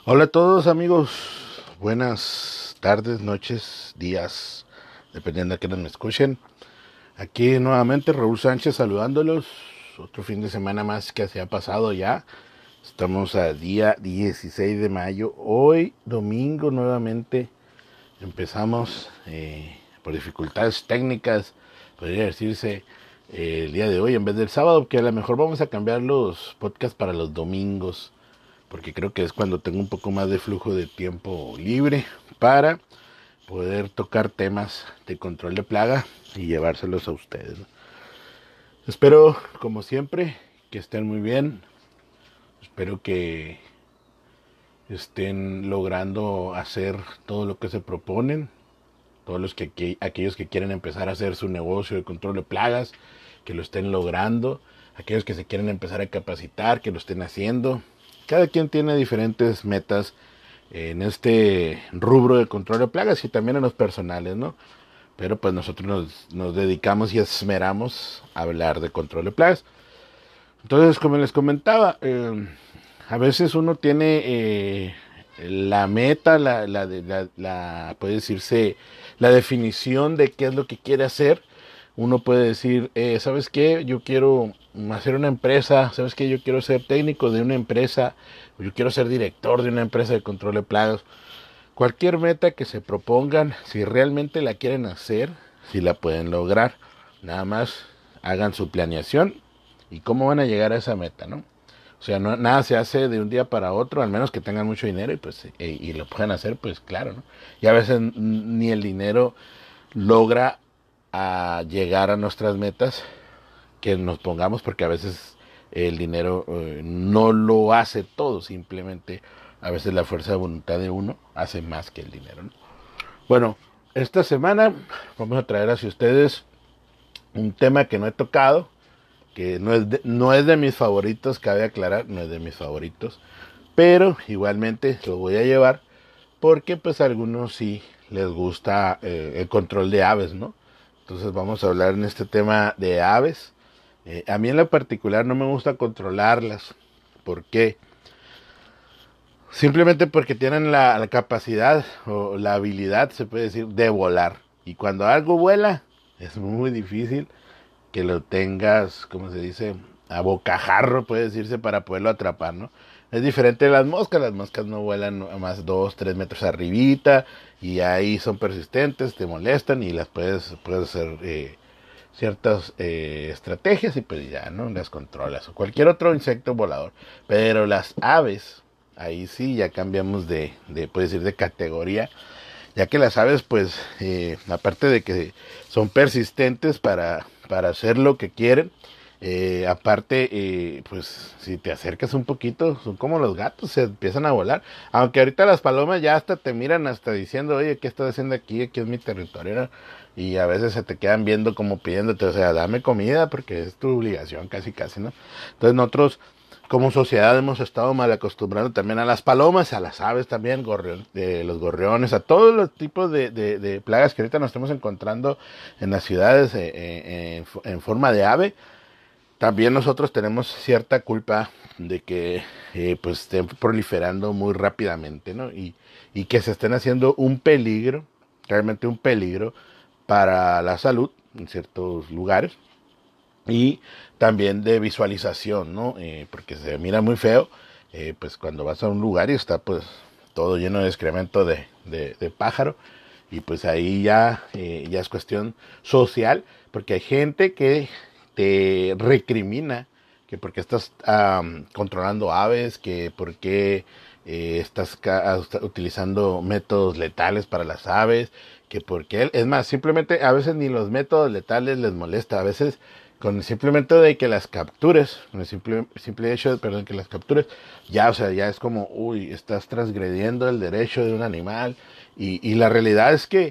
Hola a todos amigos, buenas tardes, noches, días, dependiendo de que me escuchen. Aquí nuevamente Raúl Sánchez saludándolos, otro fin de semana más que se ha pasado ya. Estamos a día 16 de mayo, hoy domingo nuevamente empezamos por dificultades técnicas, podría decirse el día de hoy en vez del sábado, que a lo mejor vamos a cambiar los podcasts para los domingos porque creo que es cuando tengo un poco más de flujo de tiempo libre para poder tocar temas de control de plaga y llevárselos a ustedes. Espero, como siempre, que estén muy bien. Espero que estén logrando hacer todo lo que se proponen. Todos aquellos que quieren empezar a hacer su negocio de control de plagas, que lo estén logrando. Aquellos que se quieren empezar a capacitar, que lo estén haciendo. Cada quien tiene diferentes metas en este rubro de control de plagas y también en los personales, ¿no? Pero pues nosotros nos dedicamos y esmeramos a hablar de control de plagas. Entonces, como les comentaba, a veces uno tiene la meta, puede decirse, la definición de qué es lo que quiere hacer. Uno puede decir, ¿sabes qué? Yo quiero hacer una empresa, ¿sabes qué? Yo quiero ser técnico de una empresa, yo quiero ser director de una empresa de control de plagas. Cualquier meta que se propongan, si realmente la quieren hacer, si la pueden lograr. Nada más hagan su planeación y cómo van a llegar a esa meta, ¿no? O sea, nada se hace de un día para otro, al menos que tengan mucho dinero y pues y lo puedan hacer, pues claro, ¿no? Y a veces ni el dinero logra llegar a nuestras metas que nos pongamos, porque a veces el dinero no lo hace todo, simplemente a veces la fuerza de voluntad de uno hace más que el dinero, ¿no? Bueno, esta semana vamos a traer hacia ustedes un tema que no he tocado, que no es de mis favoritos, cabe aclarar, no es de mis favoritos, pero igualmente lo voy a llevar porque pues a algunos sí les gusta el control de aves, ¿no? Entonces vamos a hablar en este tema de aves. A mí en lo particular no me gusta controlarlas. ¿Por qué? Simplemente porque tienen la capacidad o la habilidad, se puede decir, de volar. Y cuando algo vuela, es muy difícil que lo tengas, como se dice, a bocajarro, puede decirse, para poderlo atrapar, ¿no? Es diferente de las moscas no vuelan a más 2, 3 metros arribita y ahí son persistentes, te molestan y puedes hacer ciertas estrategias y pues ya, ¿no? Las controlas. O cualquier otro insecto volador. Pero las aves, ahí sí ya cambiamos puede decir, de categoría, ya que las aves, pues, aparte de que son persistentes para hacer lo que quieren, aparte, pues, si te acercas un poquito, son como los gatos, se empiezan a volar. Aunque ahorita las palomas ya hasta te miran, hasta diciendo, oye, ¿qué estás haciendo aquí? Aquí es mi territorio, ¿no? Y a veces se te quedan viendo como pidiéndote, o sea, dame comida porque es tu obligación, casi, casi, ¿no? Entonces nosotros como sociedad hemos estado mal acostumbrando también a las palomas, a las aves también, los gorriones, a todos los tipos de plagas que ahorita nos estamos encontrando en las ciudades en forma de ave. También nosotros tenemos cierta culpa de que pues estén proliferando muy rápidamente, ¿no? Y que se estén haciendo un peligro, realmente un peligro para la salud en ciertos lugares y también de visualización, ¿no? Porque se mira muy feo, pues cuando vas a un lugar y está pues todo lleno de excremento de pájaro, y pues ahí ya es cuestión social, porque hay gente que te recrimina que porque estás controlando aves, que porque estás utilizando métodos letales para las aves, que porque es más, simplemente a veces ni los métodos letales les molesta, a veces con el simplemente de que las captures, con el simple hecho de, perdón, que las captures, ya, o sea, ya es como, uy, estás transgrediendo el derecho de un animal, y la realidad es que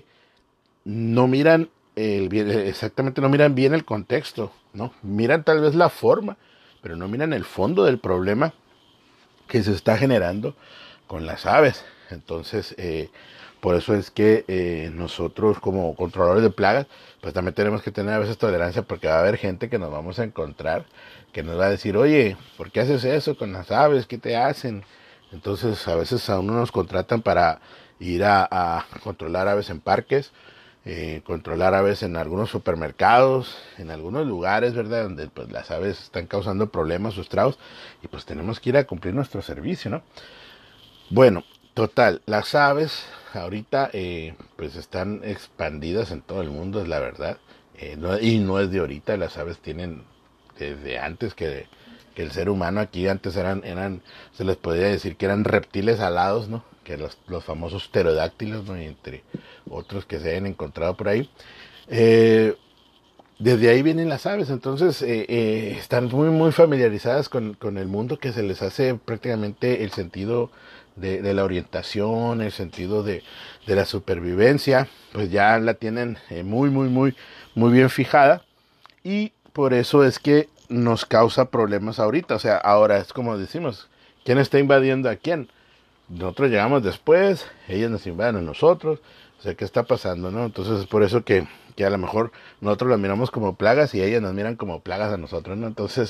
no miran exactamente, no miran bien el contexto, ¿no? Miran tal vez la forma, pero no miran el fondo del problema que se está generando con las aves. Entonces, por eso es que nosotros como controladores de plagas, pues también tenemos que tener a veces tolerancia porque va a haber gente que nos vamos a encontrar que nos va a decir, oye, ¿por qué haces eso con las aves? ¿Qué te hacen? Entonces a veces a uno nos contratan para ir a controlar aves en parques, controlar aves en algunos supermercados, en algunos lugares, ¿verdad? Donde pues las aves están causando problemas o estragos y pues tenemos que ir a cumplir nuestro servicio, ¿no? Bueno, total, las aves ahorita pues están expandidas en todo el mundo, es la verdad. Y no es de ahorita, las aves tienen desde antes que el ser humano. Aquí antes se les podría decir que eran reptiles alados, ¿no? Que los famosos pterodáctilos, ¿no? Y entre otros que se hayan encontrado por ahí. Eh, Desde ahí vienen las aves, entonces están muy familiarizadas con el mundo, que se les hace prácticamente el sentido de la orientación, el sentido de la supervivencia, pues ya la tienen muy bien fijada, y por eso es que nos causa problemas ahorita. O sea, ahora es como decimos, ¿quién está invadiendo a quién? Nosotros llegamos después, ellos nos invaden a nosotros, o sea, ¿qué está pasando, no? Entonces es por eso que a lo mejor nosotros las miramos como plagas y ellas nos miran como plagas a nosotros, ¿no? Entonces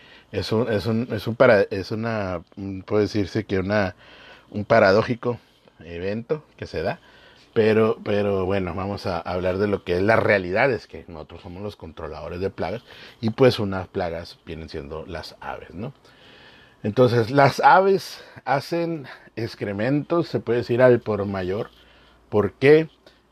es una, puede decirse que un paradójico evento que se da, pero bueno, vamos a hablar de lo que es la realidad, es que nosotros somos los controladores de plagas y pues unas plagas vienen siendo las aves, ¿no? Entonces, las aves hacen excrementos, se puede decir al por mayor, porque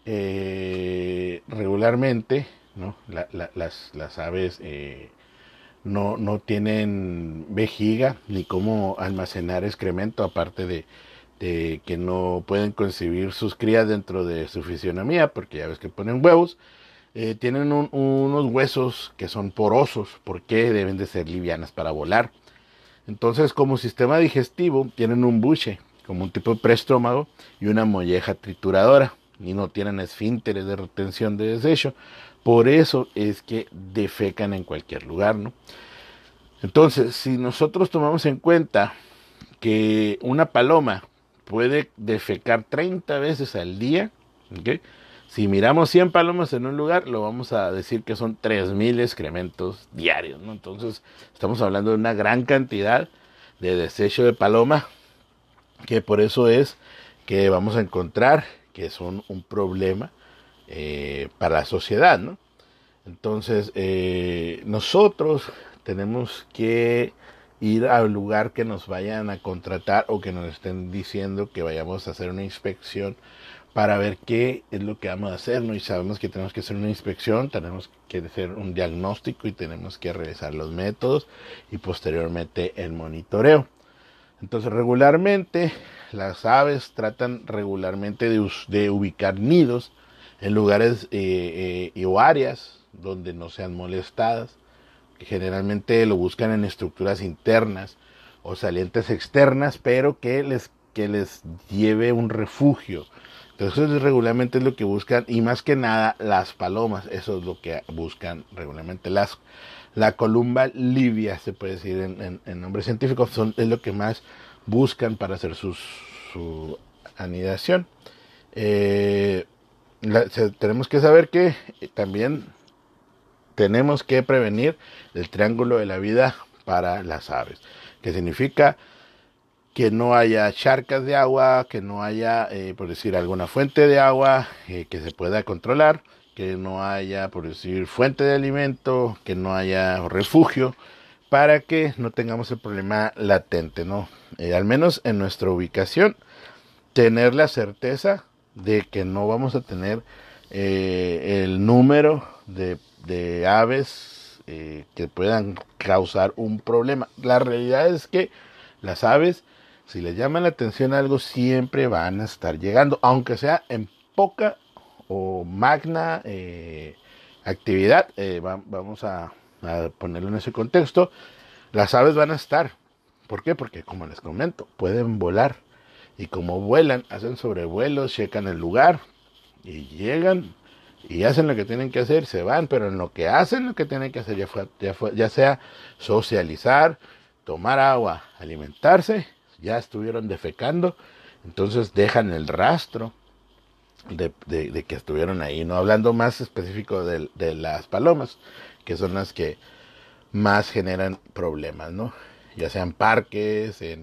regularmente, ¿no? Las aves no tienen vejiga ni cómo almacenar excremento, aparte de que no pueden concebir sus crías dentro de su fisionomía, porque ya ves que ponen huevos. Tienen unos huesos que son porosos, porque deben de ser livianas para volar. Entonces, como sistema digestivo, tienen un buche, como un tipo de preestómago y una molleja trituradora, y no tienen esfínteres de retención de desecho. Por eso es que defecan en cualquier lugar, ¿no? Entonces, si nosotros tomamos en cuenta que una paloma puede defecar 30 veces al día, ¿ok? Si miramos 100 palomas en un lugar, lo vamos a decir que son 3000 excrementos diarios, ¿no? Entonces, estamos hablando de una gran cantidad de desecho de paloma, que por eso es que vamos a encontrar que son un problema para la sociedad, ¿no? Entonces, nosotros tenemos que ir al lugar que nos vayan a contratar o que nos estén diciendo que vayamos a hacer una inspección para ver qué es lo que vamos a hacer, ¿no? Y sabemos que tenemos que hacer una inspección, tenemos que hacer un diagnóstico y tenemos que realizar los métodos y posteriormente el monitoreo. Entonces, regularmente las aves tratan regularmente de ubicar nidos en lugares o áreas donde no sean molestadas, que generalmente lo buscan en estructuras internas o salientes externas, pero que les lleve un refugio. Entonces regularmente es lo que buscan, y más que nada las palomas, eso es lo que buscan regularmente. La columba livia, se puede decir en nombre científico, es lo que más buscan para hacer su anidación. Tenemos que saber que también tenemos que prevenir el triángulo de la vida para las aves, que significa que no haya charcas de agua, que no haya, por decir, alguna fuente de agua que se pueda controlar, que no haya, por decir, fuente de alimento, que no haya refugio, para que no tengamos el problema latente, ¿no? Al menos en nuestra ubicación, tener la certeza de que no vamos a tener el número de aves que puedan causar un problema. La realidad es que las aves, si les llama la atención algo, siempre van a estar llegando, aunque sea en poca o magna actividad. Vamos a ponerlo en ese contexto. Las aves van a estar. ¿Por qué? Porque, como les comento, pueden volar. Y como vuelan, hacen sobrevuelos, checan el lugar y llegan y hacen lo que tienen que hacer, se van, pero en lo que hacen lo que tienen que hacer, ya sea socializar, tomar agua, alimentarse, ya estuvieron defecando, entonces dejan el rastro de que estuvieron ahí, ¿no? Hablando más específico de las palomas, que son las que más generan problemas, ¿no? Ya sean parques,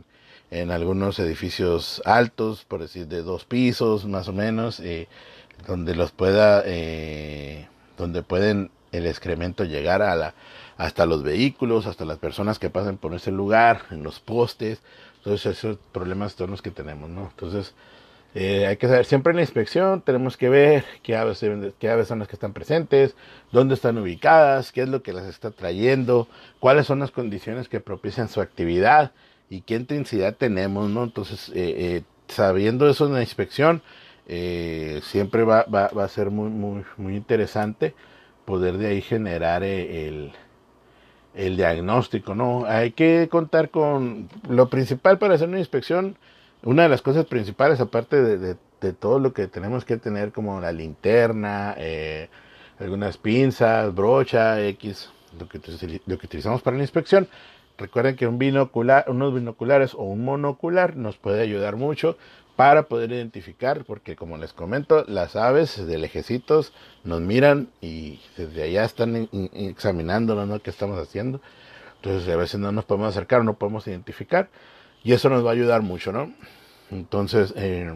en algunos edificios altos, por decir de 2 pisos más o menos, donde los pueda, donde pueden el excremento llegar hasta los vehículos, hasta las personas que pasen por ese lugar, en los postes. Entonces esos problemas son los que tenemos, ¿no? Entonces hay que saber, siempre en la inspección tenemos que ver qué aves son las que están presentes, dónde están ubicadas, qué es lo que las está trayendo, cuáles son las condiciones que propician su actividad y qué intensidad tenemos, ¿no? Entonces, sabiendo eso en la inspección, siempre va a ser muy interesante poder de ahí generar el diagnóstico, ¿no? Hay que contar con lo principal para hacer una inspección. Una de las cosas principales, aparte de todo lo que tenemos que tener, como la linterna, algunas pinzas, brocha, X, lo que utilizamos para la inspección. Recuerden que unos binoculares o un monocular nos puede ayudar mucho para poder identificar, porque como les comento, las aves de lejecitos nos miran y desde allá están examinándonos, ¿no? ¿Qué estamos haciendo? Entonces a veces no nos podemos acercar, no podemos identificar y eso nos va a ayudar mucho, ¿no? Entonces,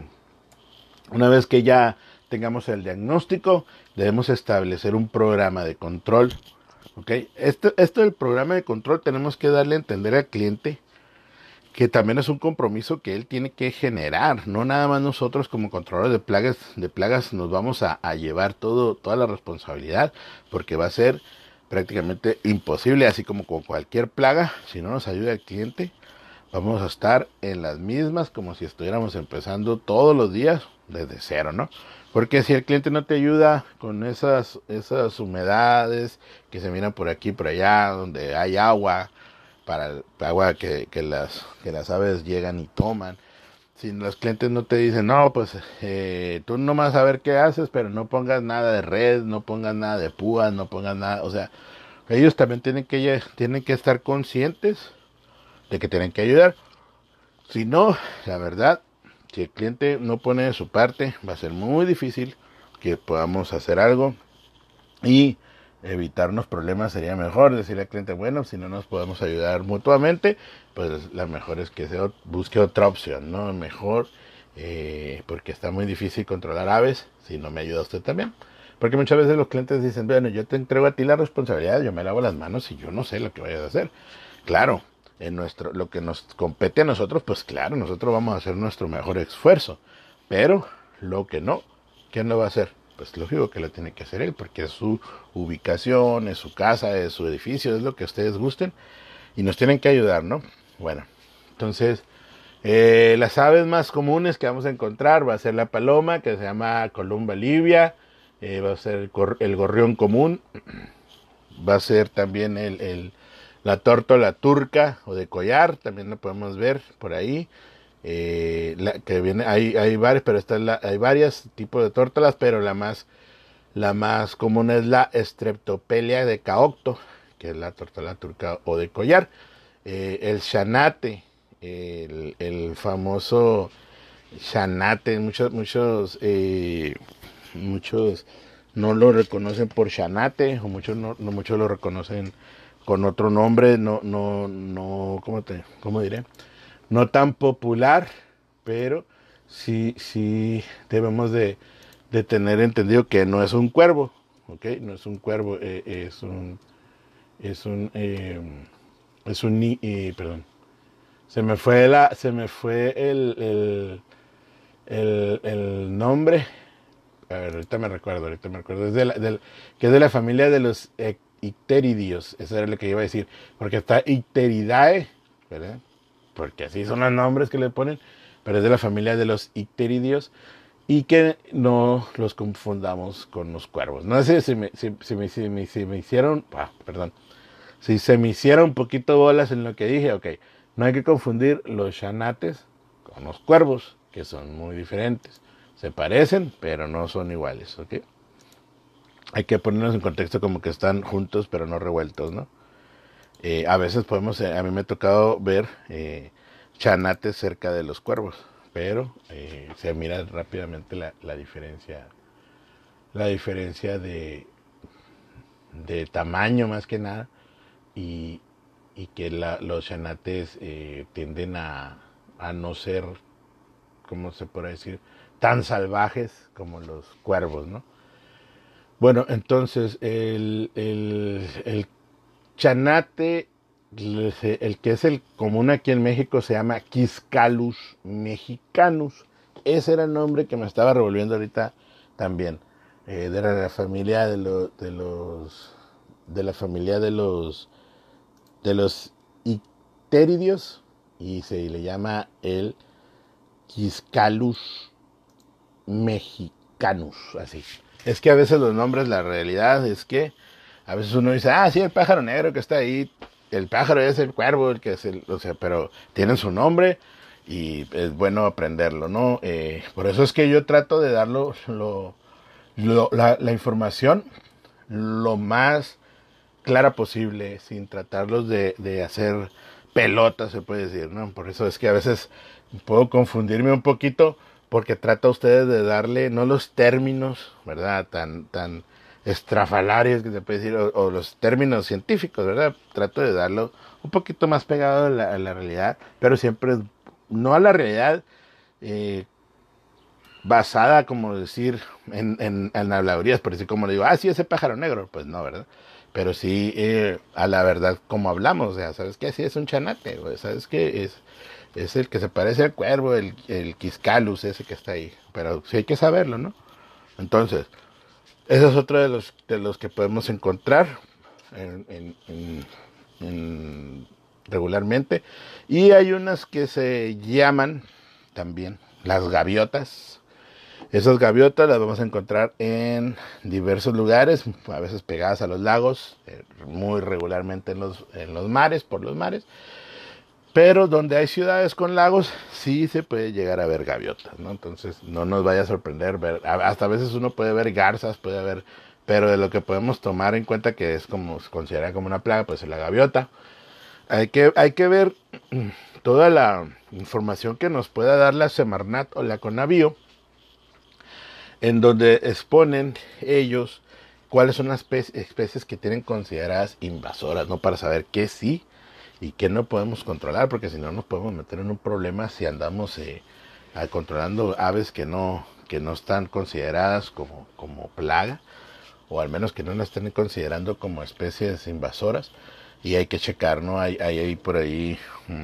una vez que ya tengamos el diagnóstico, debemos establecer un programa de control. ¿Ok? Esto del programa de control tenemos que darle a entender al cliente que también es un compromiso que él tiene que generar. No nada más nosotros como controladores de plagas nos vamos a llevar toda la responsabilidad, porque va a ser prácticamente imposible, así como con cualquier plaga. Si no nos ayuda el cliente, vamos a estar en las mismas como si estuviéramos empezando todos los días desde cero, ¿no? Porque si el cliente no te ayuda con esas humedades que se miran por aquí y por allá, donde hay agua, para el agua que las aves llegan y toman. Si los clientes no te dicen, no, pues tú nomás a ver qué haces, pero no pongas nada de red, no pongas nada de púas, no pongas nada, o sea, ellos también tienen que estar conscientes de que tienen que ayudar. Si no, la verdad, si el cliente no pone de su parte, va a ser muy difícil que podamos hacer algo y evitarnos problemas. Sería mejor decirle al cliente, bueno, si no nos podemos ayudar mutuamente, pues la mejor es que busque otra opción, ¿no? Mejor, porque está muy difícil controlar aves si no me ayuda usted también. Porque muchas veces los clientes dicen, bueno, yo te entrego a ti la responsabilidad, yo me lavo las manos y yo no sé lo que vayas a hacer. Claro, lo que nos compete a nosotros, pues claro, nosotros vamos a hacer nuestro mejor esfuerzo. Pero lo que no, ¿quién lo va a hacer? Pues lógico que lo tiene que hacer él, porque es su ubicación, es su casa, es su edificio, es lo que ustedes gusten y nos tienen que ayudar, ¿no? Bueno, entonces las aves más comunes que vamos a encontrar va a ser la paloma, que se llama Columba livia, va a ser el gorrión común, va a ser también la tórtola turca o de collar, también lo podemos ver por ahí. Que viene, hay varias, pero hay varios tipos de tórtolas, pero la más común es la Streptopelia de Caocto, que es la tórtola turca o de collar. El chanate, el famoso chanate, muchos no lo reconocen por chanate, o muchos lo reconocen con otro nombre, no, ¿cómo diré? No tan popular, pero sí debemos de tener entendido que no es un cuervo, ¿ok? No es un cuervo, es un, perdón, se me fue el nombre. A ver, ahorita me recuerdo. Que es de la familia de los icteridios. Eso era lo que iba a decir. Porque está Icteridae, ¿verdad? Porque así son los nombres que le ponen. Pero es de la familia de los icteridios. Y que no los confundamos con los cuervos. No sé si me hicieron... perdón. Si se me hicieron un poquito bolas en lo que dije, ok. No hay que confundir los chanates con los cuervos, que son muy diferentes. Se parecen, pero no son iguales, ¿ok? Hay que ponerlos en contexto como que están juntos, pero no revueltos, ¿no? A veces a mí me ha tocado ver chanates cerca de los cuervos, pero se mira rápidamente la diferencia de tamaño más que nada y que los chanates tienden a no ser, ¿cómo se puede decir?, tan salvajes como los cuervos, ¿no? Bueno, entonces el chanate, el que es el común aquí en México, se llama Quiscalus mexicanus. Ese era el nombre que me estaba revolviendo ahorita también. De la familia de la familia de los icteridios, y se le llama el Quiscalus mexicanus, así. Es que a veces los nombres, la realidad es que a veces uno dice, sí, el pájaro negro que está ahí, el pájaro es el cuervo, el que es el, o sea, pero tienen su nombre y es bueno aprenderlo, ¿no? Por eso es que yo trato de darlo la información lo más clara posible, sin tratarlos de hacer pelotas, se puede decir, ¿no? Por eso es que a veces puedo confundirme un poquito, porque trata ustedes de darle, no los términos, ¿verdad?, tan estrafalarios que se puede decir, o los términos científicos, ¿verdad? Trato de darlo un poquito más pegado a la realidad, pero siempre no a la realidad basada, como decir, en habladurías, por decir, como le digo, sí, ese pájaro negro, pues no, ¿verdad? Pero sí a la verdad, como hablamos, o sea, ¿sabes qué? Sí, es un chanate, güey, ¿sabes qué? Es el que se parece al cuervo, el Quiscalus, ese que está ahí, pero sí hay que saberlo, ¿no? Entonces, ese es otro de los que podemos encontrar regularmente. Y hay unas que se llaman también las gaviotas. Esas gaviotas las vamos a encontrar en diversos lugares, a veces pegadas a los lagos, muy regularmente en los mares, por los mares. Pero donde hay ciudades con lagos, sí se puede llegar a ver gaviotas, ¿no? Entonces, no nos vaya a sorprender ver, hasta a veces uno puede ver garzas, puede haber, pero de lo que podemos tomar en cuenta que es como, se considera como una plaga, pues es la gaviota. Hay que ver toda la información que nos pueda dar la Semarnat o la Conavío, en donde exponen ellos cuáles son las especies que tienen consideradas invasoras, ¿no? Para saber qué sí y qué no podemos controlar, porque si no nos podemos meter en un problema si andamos controlando aves que no están consideradas como plaga, o al menos que no las estén considerando como especies invasoras. Y hay que checar, ¿no? Hay por ahí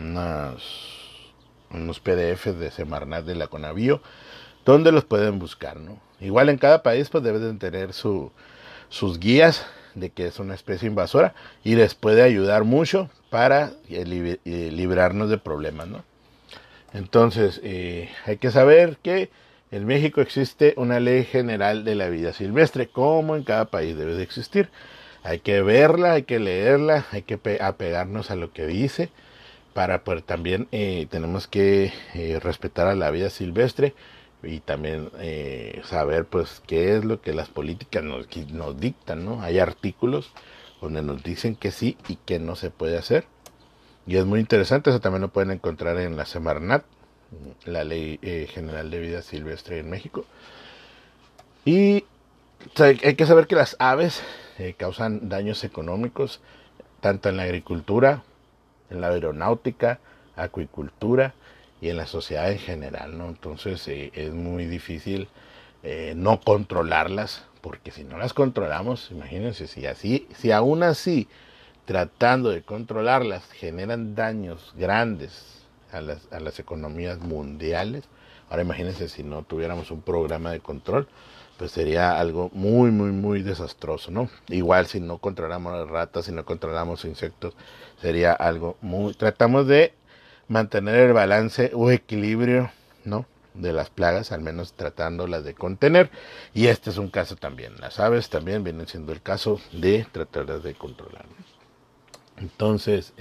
unos PDFs de Semarnat de la Conavío, donde los pueden buscar, ¿no? Igual en cada país pues deben tener sus guías de que es una especie invasora, y les puede ayudar mucho para librarnos de problemas, ¿no? Entonces, hay que saber que en México existe una ley general de la vida silvestre, como en cada país debe de existir. Hay que verla, hay que leerla, hay que apegarnos a lo que dice, para poder también tenemos que respetar a la vida silvestre, y también saber pues qué es lo que las políticas nos dictan, ¿no? Hay artículos donde nos dicen que sí y que no se puede hacer, y es muy interesante. Eso también lo pueden encontrar en la Semarnat, la Ley General de Vida Silvestre en México. Y o sea, hay que saber que las aves causan daños económicos tanto en la agricultura, en la aeronáutica, acuicultura y en la sociedad en general, ¿no? Entonces es muy difícil no controlarlas, porque si no las controlamos, imagínense, si aún así, tratando de controlarlas, generan daños grandes a las economías mundiales. Ahora imagínense si no tuviéramos un programa de control, pues sería algo muy, muy, muy desastroso, ¿no? Igual si no controlamos las ratas, si no controlamos insectos, sería algo muy... Tratamos de mantener el balance o equilibrio, ¿no?, de las plagas, al menos tratándolas de contener. Y este es un caso también. Las aves también vienen siendo el caso de tratarlas de controlar, ¿no? Entonces,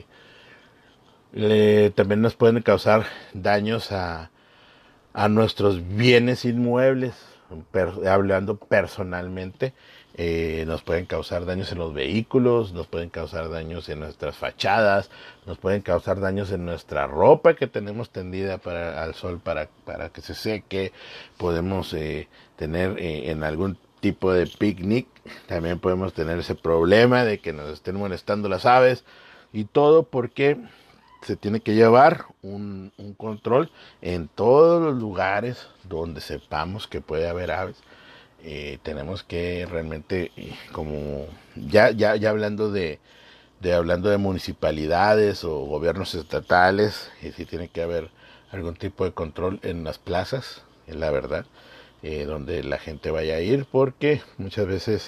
también nos pueden causar daños a nuestros bienes inmuebles, hablando personalmente. Nos pueden causar daños en los vehículos, nos pueden causar daños en nuestras fachadas, nos pueden causar daños en nuestra ropa que tenemos tendida al sol para que se seque. Podemos tener en algún tipo de picnic, también podemos tener ese problema de que nos estén molestando las aves, y todo porque se tiene que llevar un control en todos los lugares donde sepamos que puede haber aves. Tenemos que realmente, como ya hablando de municipalidades o gobiernos estatales, y si tiene que haber algún tipo de control en las plazas, es la verdad, donde la gente vaya a ir, porque muchas veces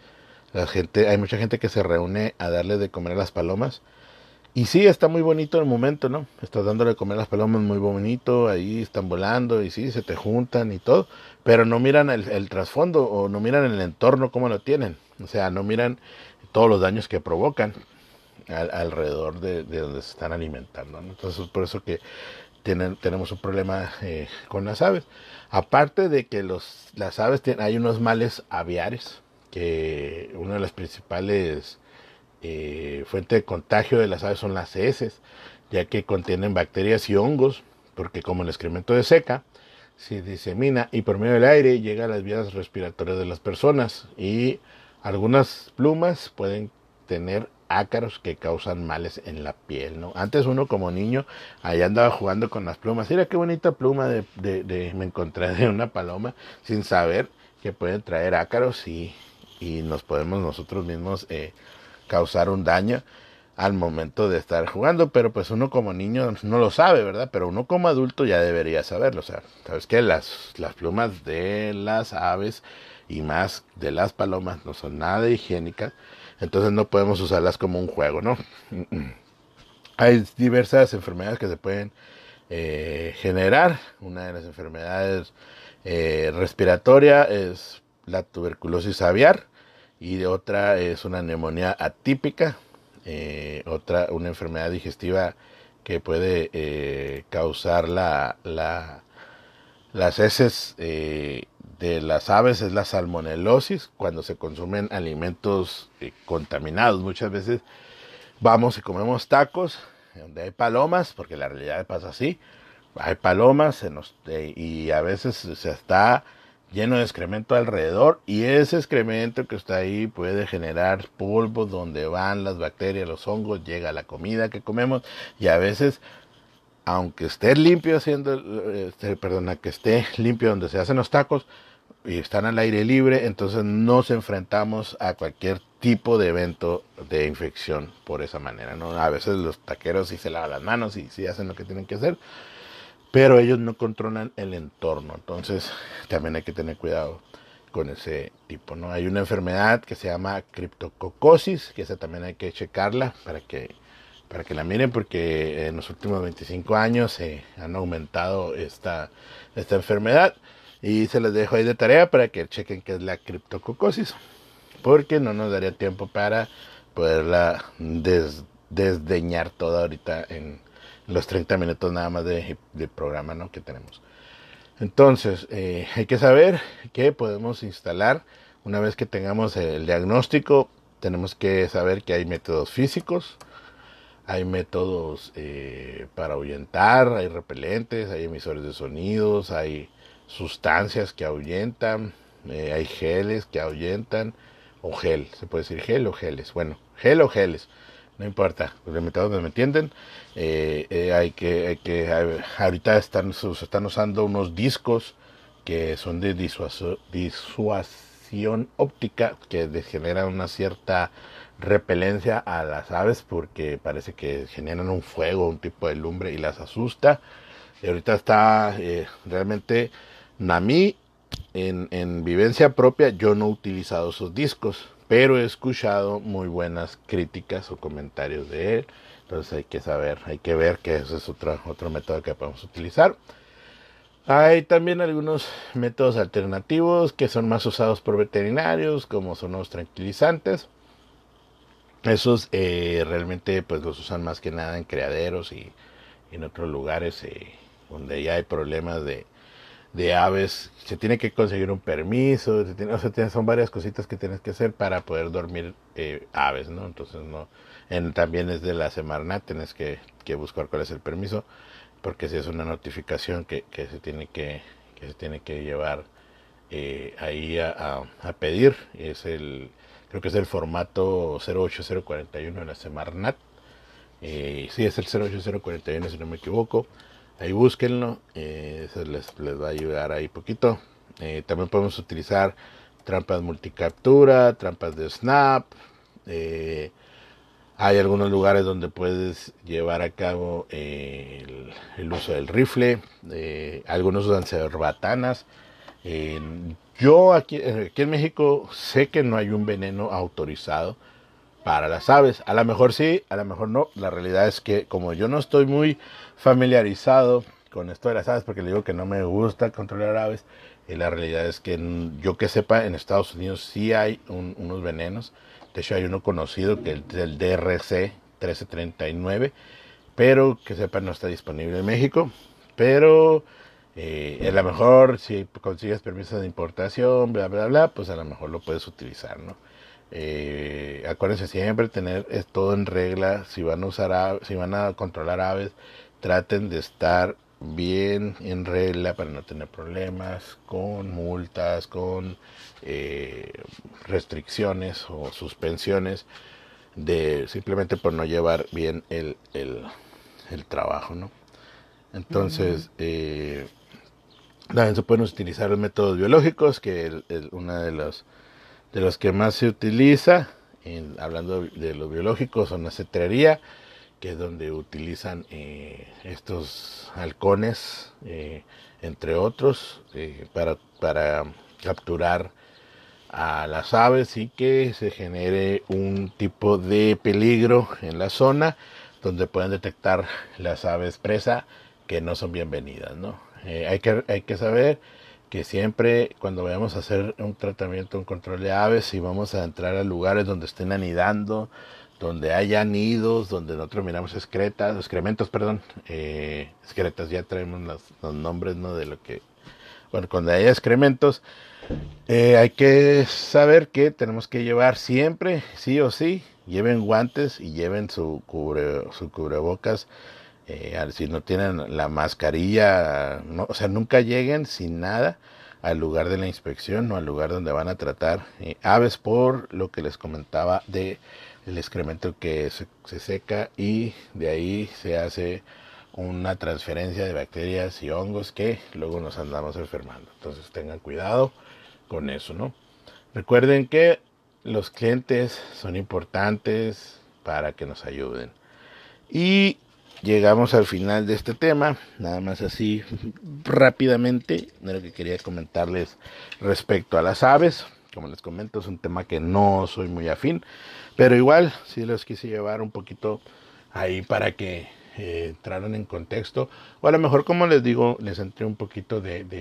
hay mucha gente que se reúne a darle de comer a las palomas. Y sí, está muy bonito el momento, ¿no? Estás dándole de comer a las palomas muy bonito, ahí están volando y sí, se te juntan y todo, pero no miran el trasfondo o no miran el entorno como lo tienen. O sea, no miran todos los daños que provocan alrededor de donde se están alimentando, ¿no? Entonces, por eso que tenemos un problema con las aves. Aparte de que las aves hay unos males aviares, que una de las principales fuentes de contagio de las aves son las heces, ya que contienen bacterias y hongos, porque como el excremento de seca, se disemina y por medio del aire llega a las vías respiratorias de las personas, y algunas plumas pueden tener ácaros que causan males en la piel, ¿no? Antes uno como niño allá andaba jugando con las plumas. Mira qué bonita pluma me encontré de una paloma, sin saber que pueden traer ácaros y nos podemos nosotros mismos causar un daño al momento de estar jugando. Pero pues uno como niño no lo sabe, ¿verdad? Pero uno como adulto ya debería saberlo. O sea, sabes que las plumas de las aves y más de las palomas no son nada higiénicas, entonces no podemos usarlas como un juego, ¿no? Hay diversas enfermedades que se pueden generar. Una de las enfermedades respiratoria es la tuberculosis aviar, y de otra es una neumonía atípica, una enfermedad digestiva que puede causar las heces de las aves, es la salmonelosis, cuando se consumen alimentos contaminados. Muchas veces vamos y comemos tacos donde hay palomas, porque la realidad pasa así. Hay palomas y a veces se está lleno de excremento alrededor, y ese excremento que está ahí puede generar polvo donde van las bacterias, los hongos, llega a la comida que comemos, y a veces, aunque esté limpio que esté limpio donde se hacen los tacos y están al aire libre, entonces nos enfrentamos a cualquier tipo de evento de infección por esa manera, ¿no? A veces los taqueros sí se lavan las manos y sí hacen lo que tienen que hacer, pero ellos no controlan el entorno. Entonces también hay que tener cuidado con ese tipo, ¿no? Hay una enfermedad que se llama criptococosis, que esa también hay que checarla para que la miren, porque en los últimos 25 años se han aumentado esta enfermedad, y se les dejo ahí de tarea para que chequen qué es la criptococosis, porque no nos daría tiempo para poderla desdeñar toda ahorita en los 30 minutos nada más de programa, ¿no?, que tenemos. Entonces, hay que saber que podemos instalar, una vez que tengamos el diagnóstico, tenemos que saber que hay métodos físicos, hay métodos para ahuyentar, hay repelentes, hay emisores de sonidos, hay sustancias que ahuyentan, hay geles que ahuyentan, o gel, se puede decir gel o geles, bueno, gel o geles, no importa, los métodos me entienden. Ahorita se están usando unos discos que son de disuasión óptica, que generan una cierta repelencia a las aves, porque parece que generan un fuego, un tipo de lumbre, y las asusta. Y ahorita está realmente, a mí, en vivencia propia, yo no he utilizado esos discos, pero he escuchado muy buenas críticas o comentarios de él. Entonces hay que ver que ese es otro método que podemos utilizar. Hay también algunos métodos alternativos que son más usados por veterinarios, como son los tranquilizantes. Esos realmente pues los usan más que nada en criaderos y en otros lugares donde ya hay problemas de aves. Se tiene que conseguir un permiso, son varias cositas que tienes que hacer para poder dormir aves, ¿no? Entonces también es de la Semarnat, tienes que buscar cuál es el permiso, porque si es una notificación que se tiene que se tiene que llevar ahí a pedir. Creo que es el formato 08041 de la Semarnat. Sí, es el 08041 si no me equivoco. Ahí búsquenlo, eso les va a ayudar ahí poquito. También podemos utilizar trampas multicaptura, trampas de snap. eh, Hay algunos lugares donde puedes llevar a cabo el uso del rifle. Algunos usan cerbatanas. Eh, yo aquí en México sé que no hay un veneno autorizado para las aves. A lo mejor sí, a lo mejor no. La realidad es que como yo no estoy muy familiarizado con esto de las aves, porque le digo que no me gusta controlar aves, la realidad es que yo que sepa, en Estados Unidos sí hay unos venenos. De hecho, hay uno conocido que es el DRC 1339, pero que sepa no está disponible en México. Pero a lo mejor si consigues permiso de importación, bla, bla, bla, pues a lo mejor lo puedes utilizar, ¿no? Acuérdense siempre tener todo en regla. Si van a usar si van a controlar aves, traten de estar bien en regla para no tener problemas con multas, con restricciones o suspensiones de simplemente por no llevar bien el trabajo, ¿no? Entonces, también se pueden utilizar los métodos biológicos, que una de los que más se utiliza, hablando de los biológicos, son la cetrería, que es donde utilizan estos halcones, entre otros, para capturar a las aves y que se genere un tipo de peligro en la zona donde pueden detectar las aves presa que no son bienvenidas, ¿no? Hay que saber que siempre cuando vayamos a hacer un tratamiento, un control de aves, si vamos a entrar a lugares donde estén anidando, donde haya nidos, donde nosotros miramos excrementos, perdón, excretas, ya traemos los nombres, ¿no? De lo que, bueno, cuando haya excrementos, hay que saber que tenemos que llevar siempre, sí o sí, lleven guantes y lleven su cubrebocas. Si no tienen la mascarilla, no, o sea, nunca lleguen sin nada al lugar de la inspección o al lugar donde van a tratar aves, por lo que les comentaba de el excremento que se seca y de ahí se hace una transferencia de bacterias y hongos que luego nos andamos enfermando. Entonces tengan cuidado con eso, ¿no? Recuerden que los clientes son importantes para que nos ayuden. Y llegamos al final de este tema, nada más así rápidamente, de lo que quería comentarles respecto a las aves. Como les comento, es un tema que no soy muy afín, pero igual sí los quise llevar un poquito ahí para que entraran en contexto, o a lo mejor, como les digo, les entré un poquito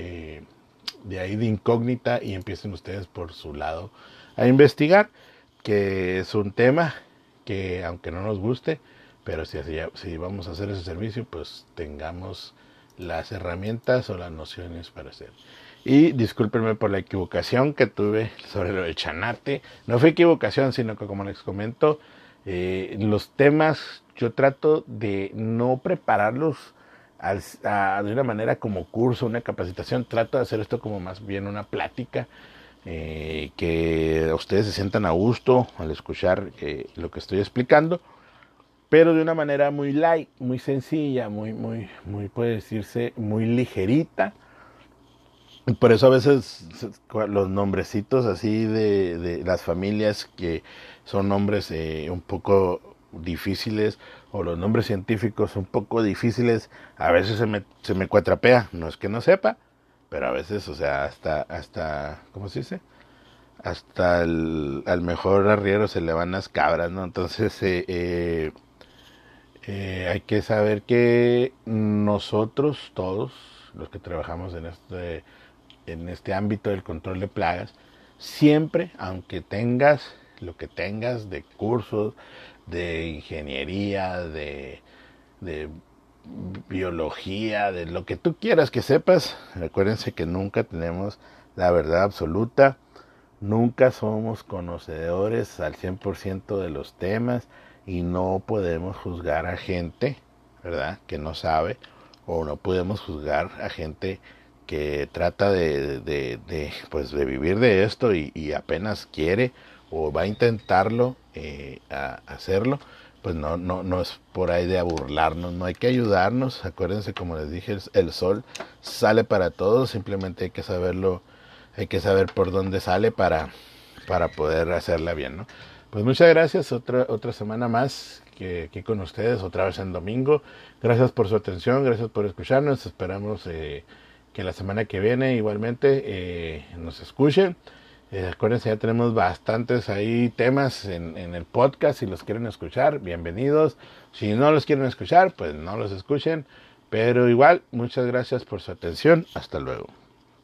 de ahí de incógnita y empiecen ustedes por su lado a investigar, que es un tema que aunque no nos guste, pero si vamos a hacer ese servicio, pues tengamos las herramientas o las nociones para hacer. Y discúlpenme por la equivocación que tuve sobre lo del chanate. No fue equivocación, sino que, como les comento, los temas yo trato de no prepararlos de una manera como curso, una capacitación. Trato de hacer esto como más bien una plática, que ustedes se sientan a gusto al escuchar lo que estoy explicando, pero de una manera muy light, muy sencilla, muy puede decirse, muy ligerita. Y por eso a veces los nombrecitos así de las familias, que son nombres un poco difíciles, o los nombres científicos un poco difíciles, a veces se me cuatrapea. No es que no sepa, pero a veces, o sea, hasta ¿cómo se dice? Hasta al mejor arriero se le van las cabras, ¿no? Entonces, hay que saber que nosotros todos los que trabajamos en este ámbito del control de plagas, siempre, aunque tengas lo que tengas de cursos, de ingeniería, de biología, de lo que tú quieras que sepas, recuérdense que nunca tenemos la verdad absoluta, nunca somos conocedores al 100% de los temas, y no podemos juzgar a gente, ¿verdad?, que no sabe, o no podemos juzgar a gente que trata pues de vivir de esto y apenas quiere o va a intentarlo, a hacerlo, pues no es por ahí de burlarnos, no hay que ayudarnos. Acuérdense, como les dije, el sol sale para todos, simplemente hay que saber por dónde sale para poder hacerla bien, ¿no? Pues muchas gracias, otra semana más que aquí con ustedes, otra vez en domingo. Gracias por su atención, gracias por escucharnos. Esperamos que la semana que viene igualmente nos escuchen. Acuérdense, ya tenemos bastantes ahí temas en el podcast. Si los quieren escuchar, bienvenidos. Si no los quieren escuchar, pues no los escuchen. Pero igual, muchas gracias por su atención. Hasta luego.